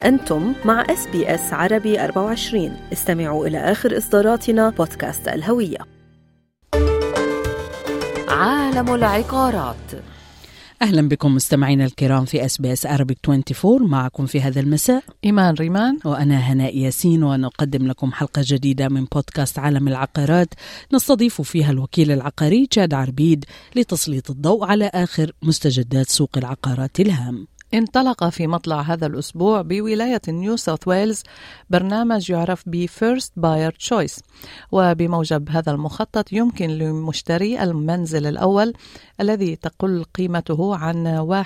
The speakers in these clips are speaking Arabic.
أنتم مع SBS عربي 24. استمعوا إلى آخر إصداراتنا بودكاست الهوية. عالم العقارات. أهلا بكم مستمعينا الكرام في SBS Arabic 24. معكم في هذا المساء إيمان ريمان وأنا هناء ياسين، ونقدم لكم حلقة جديدة من بودكاست عالم العقارات نستضيف فيها الوكيل العقاري تشاد عربيد لتسليط الضوء على آخر مستجدات سوق العقارات الهام. انطلق في مطلع هذا الأسبوع بولاية نيو ساوث ويلز برنامج يعرف ب First Buyer Choice، وبموجب هذا المخطط يمكن لمشتري المنزل الأول الذي تقل قيمته عن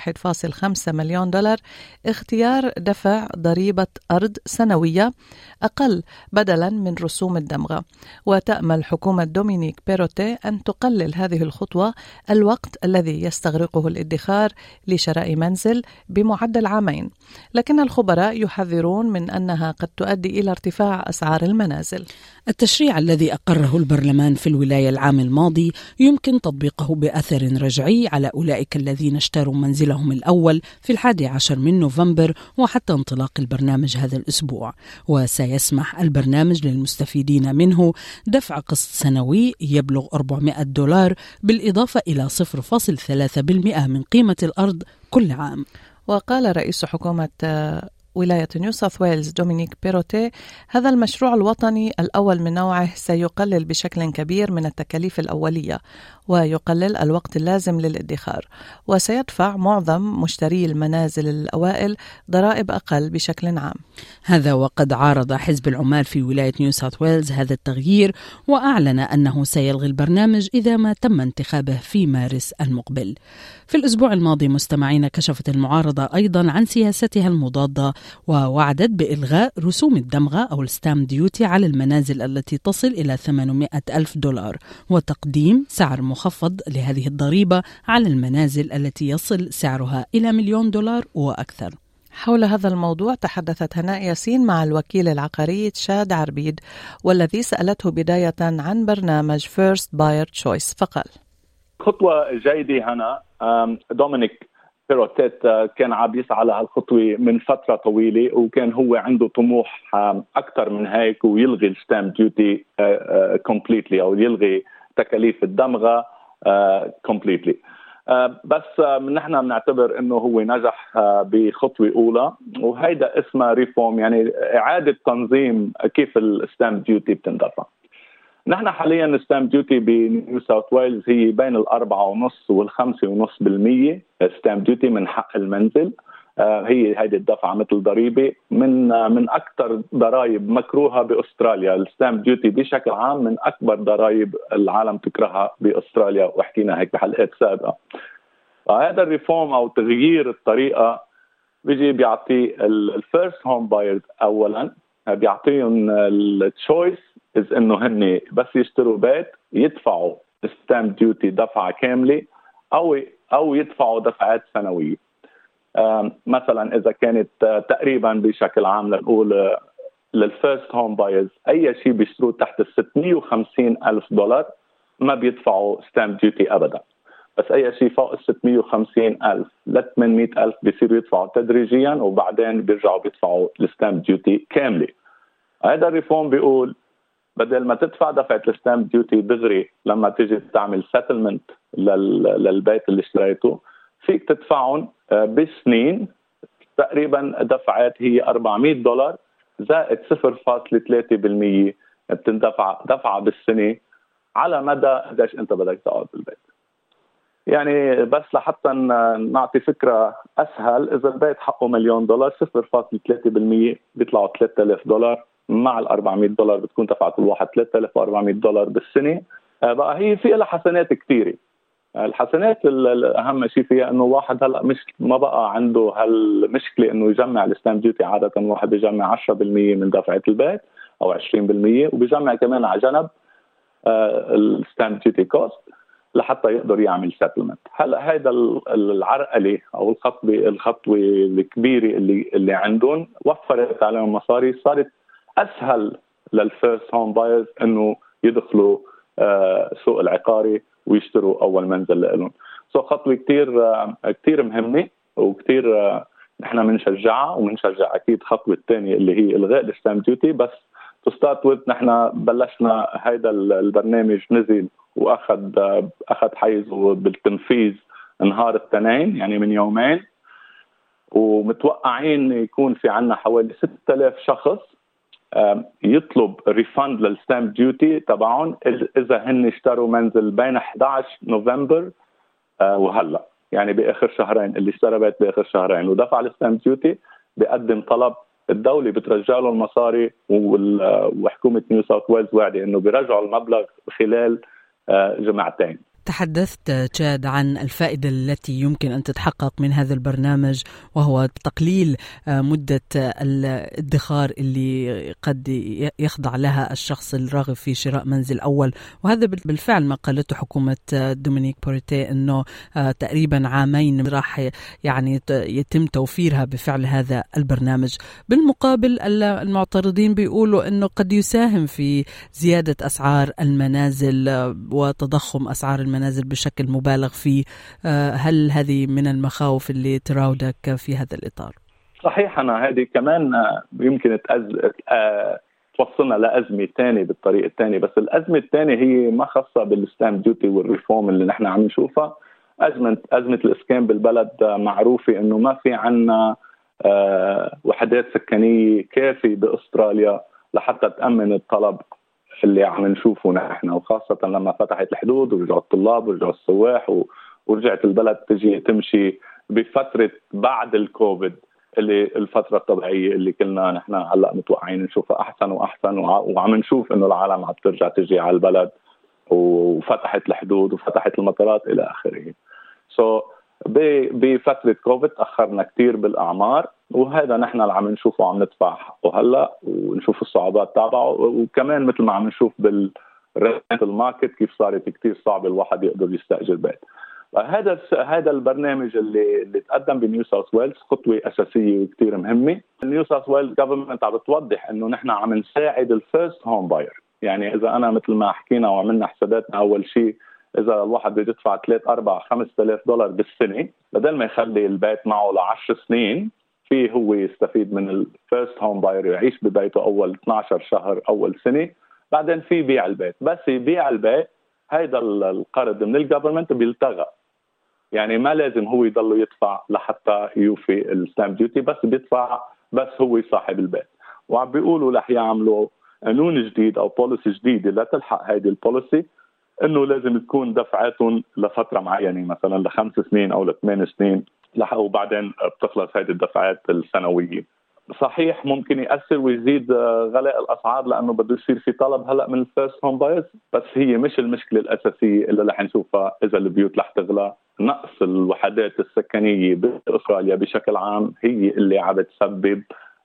1.5 مليون دولار اختيار دفع ضريبة أرض سنوية أقل بدلا من رسوم الدمغة. وتأمل حكومة دومينيك بيروتي أن تقلل هذه الخطوة الوقت الذي يستغرقه الادخار لشراء منزل بمعدل عامين، لكن الخبراء يحذرون من أنها قد تؤدي إلى ارتفاع أسعار المنازل. التشريع الذي أقره البرلمان في الولاية العام الماضي يمكن تطبيقه بأثر رجعي على أولئك الذين اشتروا منزلهم الأول في 11 من نوفمبر وحتى انطلاق البرنامج هذا الأسبوع، وسيسمح البرنامج للمستفيدين منه دفع قسط سنوي يبلغ $400 بالإضافة إلى 0.3% من قيمة الأرض كل عام. وقال رئيس حكومة ولاية نيو ساوث ويلز دومينيك بيروتي: هذا المشروع الوطني الأول من نوعه سيقلل بشكل كبير من التكاليف الأولية ويقلل الوقت اللازم للادخار، وسيدفع معظم مشتري المنازل الأوائل ضرائب أقل بشكل عام. هذا وقد عارض حزب العمال في ولاية نيو ساوث ويلز هذا التغيير، وأعلن أنه سيلغي البرنامج إذا ما تم انتخابه في مارس المقبل. في الأسبوع الماضي مستمعين كشفت المعارضة أيضا عن سياستها المضادة، ووعدت بإلغاء رسوم الدمغة أو الستام ديوتي على المنازل التي تصل إلى $800,000 وتقديم سعر مخفض لهذه الضريبة على المنازل التي يصل سعرها إلى $1 مليون وأكثر. حول هذا الموضوع تحدثت هناء ياسين مع الوكيل العقاري تشاد عربيد، والذي سألته بداية عن برنامج First Buyer Choice فقال: خطوة جيدة هنا. دومينيك بيروتيت كان عم يسعى لهالخطوة من فترة طويلة، وكان هو عنده طموح أكثر من هيك ويلغي الستامب ديوتي كومبليتلي، أو يلغي تكاليف الدمغة كومبليتلي. بس نحن بنعتبر انه هو نجح بخطوة اولى، وهيدا اسمها ريفورم، يعني اعادة تنظيم كيف الستامب ديوتي بتندفع. نحن حاليا الستامب ديوتي بنيو ساوث ويلز هي بين 4.5% و5.5% ستامب ديوتي من حق المنزل. هي هيدي الدفعة مثل ضريبة من أكثر ضرائب مكروهة بأستراليا. الستامب ديوتي بشكل عام من أكبر ضرائب العالم تكرهها بأستراليا، وحكينا هيك بحلقات سابقة. هذا الريفورم أو تغيير الطريقة بيجي بيعطي الفيرست هوم بايرز أولا، بيعطيهم التشويس إذ إنه هن بس يشتروا بيت يدفعوا الستامب ديوتي دفعة كاملة أو يدفعوا دفعات سنوية. مثلا إذا كانت تقريبا بشكل عام لنقول للفيرست هوم بايرز أي شيء بيشتروه تحت $650,000 ما بيدفعوا ستامب ديوتي أبدا، بس أي شيء فوق $650,000 ل $800,000 بيصيروا يدفعوا تدريجيا، وبعدين بيرجعوا بيدفعوا الستامب ديوتي كاملة. هذا الريفورم بيقول بدل ما تدفع دفعة الستامب ديوتي دغري لما تيجي تعمل سيتلمنت للبيت اللي اشتريته، فيك تدفعهم بسنين تقريبا دفعات هي $400 زائد 0.3% بتندفع دفعة بالسنة على مدى قديش انت بدك تقعد بالبيت. يعني بس لحتى نعطي فكرة أسهل، إذا البيت حقه $1 مليون 0.3% بيطلعوا $3,000 مع $400 بتكون دفعت الواحد $3,400 بالسنة. بقى هي فيها حسنات كثيرة. الحسنات الأهم شيء فيها إنه واحد هلا مش ما بقى عنده هالمشكلة إنه يجمع الستامب ديوتي. عادة واحد بيجمع 10% من دفعة البيت أو 20%، وبيجمع كمان على جنب الستامب ديوتي كوست لحتى يقدر يعمل سيتلمنت. هلا هيدا العرقلة أو الخطوة الكبيرة اللي عندهم وفرت عليهم مصاري، صارت أسهل للفيرست هوم بايرز إنه يدخلوا سوق العقاري ويشتروا أول منزل لهم. خطوة كتير مهمة وكتير نحن بنشجعها وبنشجع أكيد خطوة الثانية اللي هي إلغاء الستامب ديوتي. بس to start with نحن بلشنا هيدا البرنامج نزل وأخذ حيزه بالتنفيذ نهار الاثنين يعني من يومين، ومتوقعين يكون في عنا حوالي 6000 شخص يطلب ريفاند للستامب ديوتي تبعهم إذا هن اشتروا منزل بين 11 نوفمبر وهلأ، يعني بآخر شهرين. اللي اشترى بيت بآخر شهرين ودفع الستامب ديوتي بيقدم طلب، الدولة بترجع له المصاري، وحكومة نيو ساوث ويلز واعدة إنه بيرجعوا المبلغ خلال جمعتين. تحدثت تشاد عن الفائدة التي يمكن أن تتحقق من هذا البرنامج، وهو تقليل مدة الادخار اللي قد يخضع لها الشخص الراغب في شراء منزل أول. وهذا بالفعل ما قالته حكومة دومينيك بورتيه، أنه تقريبا عامين راح يعني يتم توفيرها بفعل هذا البرنامج. بالمقابل المعترضين بيقولوا أنه قد يساهم في زيادة أسعار المنازل وتضخم أسعار المنازل بشكل مبالغ فيه. هل هذه من المخاوف اللي تراودك في هذا الإطار؟ صحيح، أنا هذه كمان يمكن توصلنا لأزمة تانية بالطريقة الثانية، بس الأزمة الثانية هي ما خاصة بالستامب ديوتي والريفورم اللي نحن عم نشوفها. أزمة الإسكان بالبلد معروفة إنه ما في عنا وحدات سكنية كافية بأستراليا لحتى تأمن الطلب اللي عم نشوفه نحن، وخاصة لما فتحت الحدود ورجعوا الطلاب ورجعوا السواح ورجعت البلد تمشي بفترة بعد الكوفيد، اللي الفترة الطبيعية اللي كلنا نحن هلأ متوقعين نشوفها أحسن وأحسن، وعم نشوف إنه العالم عم ترجع تجي على البلد وفتحت الحدود وفتحت المطارات إلى آخره. بفترة كوفيد تأخرنا كتير بالأعمار، وهذا نحن اللي عم نشوفه عم ندفع حقه هلا، ونشوف الصعوبات تابعه، وكمان مثل ما عم نشوف بالرنت الماركت كيف صارت كتير صعب الواحد يقدر يستأجر بيت. هذا البرنامج اللي تقدم بنيو ساوث ويلز خطوة أساسية وكتير مهمة. نيو ساوث ويلز جوفرمنت عم بتوضح إنه نحن عم نساعد الفيرست هوم باير. يعني إذا أنا مثل ما حكينا وعملنا حساباتنا أول شيء، إذا الواحد بده يدفع 3 4 5,000 دولار بالسنة بدل ما يخلي البيت معه ل10 سنين، فيه هو يستفيد من الفيرست هوم باير يعيش ببيته أول 12 شهر أول سنة، بعدين في بيع البيت. بس يبيع البيت هيدا القرض من الجوفرمنت بيلتغى، يعني ما لازم هو يضل يدفع لحتى يوفي الستامب ديوتي، بس بيدفع بس هو صاحب البيت. وعم بيقولوا رح يعملوا قانون جديد أو بوليسي جديدة لا تلحق هيدي البوليسي، إنه لازم تكون دفعاتهم لفترة معينة، مثلا ل5 سنين أو ل8 سنين، وبعدين بتخلص هذه الدفعات السنوية. صحيح ممكن يأثر ويزيد غلاء الأسعار لأنه بده يصير في طلب هلأ من الفيرست هوم بايرز، بس هي مش المشكلة الأساسية اللي رح نشوفها إذا البيوت رح تغلى. نقص الوحدات السكنية بأستراليا بشكل عام هي اللي عم تسبب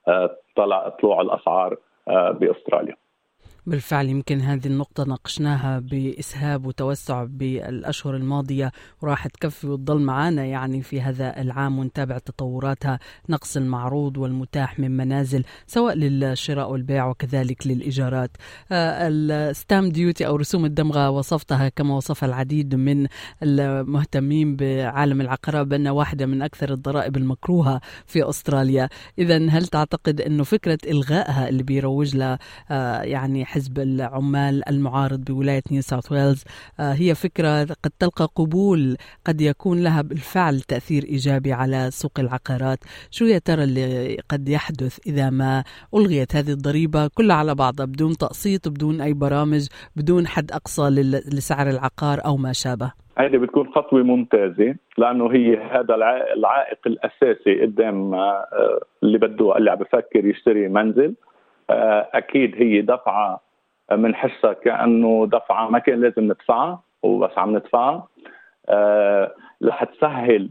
طلوع الأسعار بأستراليا. بالفعل يمكن هذه النقطة ناقشناها بإسهاب وتوسع بالأشهر الماضية، وراح تكفي وتضل معنا يعني في هذا العام ونتابع تطوراتها. نقص المعروض والمتاح من منازل سواء للشراء والبيع وكذلك للإيجارات. الستامب ديوتي أو رسوم الدمغة وصفتها كما وصفها العديد من المهتمين بعالم العقارات بأنها واحدة من أكثر الضرائب المكروهة في أستراليا. إذن هل تعتقد أنه فكرة إلغائها اللي بيروج لها يعني حزب العمال المعارض بولاية نيو ساوث ويلز هي فكرة قد تلقى قبول، قد يكون لها بالفعل تأثير إيجابي على سوق العقارات؟ شو يا ترى اللي قد يحدث إذا ما ألغيت هذه الضريبة كلها على بعضها بدون تقسيط، بدون أي برامج، بدون حد أقصى لسعر العقار أو ما شابه؟ هذه بتكون خطوة ممتازة، لأنه هي هذا العائق الأساسي قدام اللي عم بفكر يشتري منزل. أكيد هي دفعة من حسها كأنه دفعة ما كان لازم ندفعها وبس عم ندفعها، رح تسهل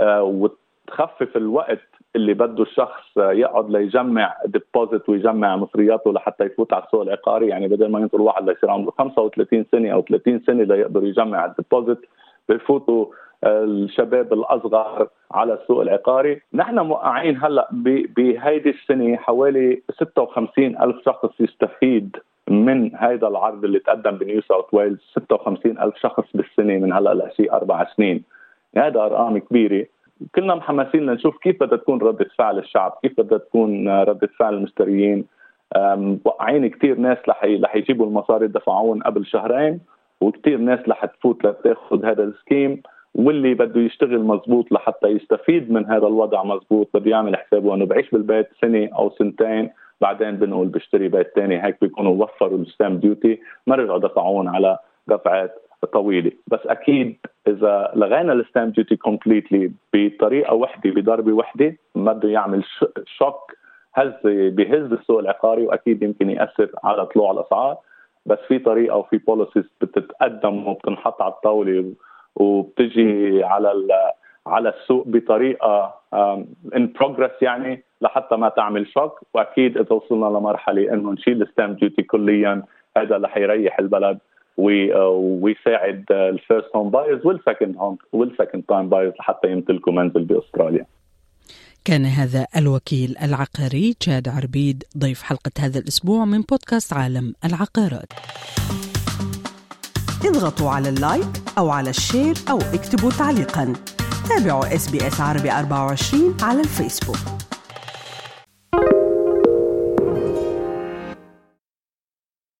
وتخفف الوقت اللي بده الشخص يقعد ليجمع ديبوزيت ويجمع مصرياته لحتى يفوت على السوق العقاري. يعني بدل ما ينطر الواحد ليصير عنده 35 سنة أو 30 سنة ليقدر يجمع الديبوزيت، بيفوتوا الشباب الأصغر على السوق العقاري. نحن موقعين هلأ بهيدي السنة حوالي 56,000 شخص يستفيد من هذا العرض اللي تقدم بنيو ساوث ويلز. 56,000 شخص بالسنة من هلأ لشي 4 سنين، هذا أرقام كبيرة. كلنا محمسين لنشوف كيف بدها تكون ردة فعل الشعب، كيف بدها تكون ردة فعل المشتريين. وقعين كتير ناس رح يجيبوا المصاري دفعون قبل شهرين، وكتير ناس رح تفوت لتاخذ هذا السكيم، واللي بده يشتغل مزبوط لحتى يستفيد من هذا الوضع مزبوط بده يعمل حسابه انه بعيش بالبيت سنة او سنتين، بعدين بنقول بشتري بيت تاني. هيك بيكونوا وفروا الستامب ديوتي، ما رجعوا دفعون على دفعات طويلة. بس أكيد إذا لغينا الستامب ديوتي كومبليتلي بطريقة واحدة بضربة واحدة، ما بده يعمل شوك بهز السوق العقاري، وأكيد يمكن يأثر على طلوع الأسعار. بس في طريقة وفي بوليسيز بتتقدم وبتنحط على الطاولة وبتجي على السوق بطريقة in progress يعني لحتى ما تعمل شوك. وأكيد إذا وصلنا لمرحلة إنه نشيل الستامب ديوتي كليا، هذا اللي حيريح البلد ويساعد الفيرست هوم بايرز والسكند تايم بايرز لحتى يمتلكوا منزل بأستراليا. كان هذا الوكيل العقاري تشاد عربيد ضيف حلقة هذا الأسبوع من بودكاست عالم العقارات. اضغطوا على اللايك أو على الشير أو اكتبوا تعليقا. تابعوا SBS عربي 24 على الفيسبوك.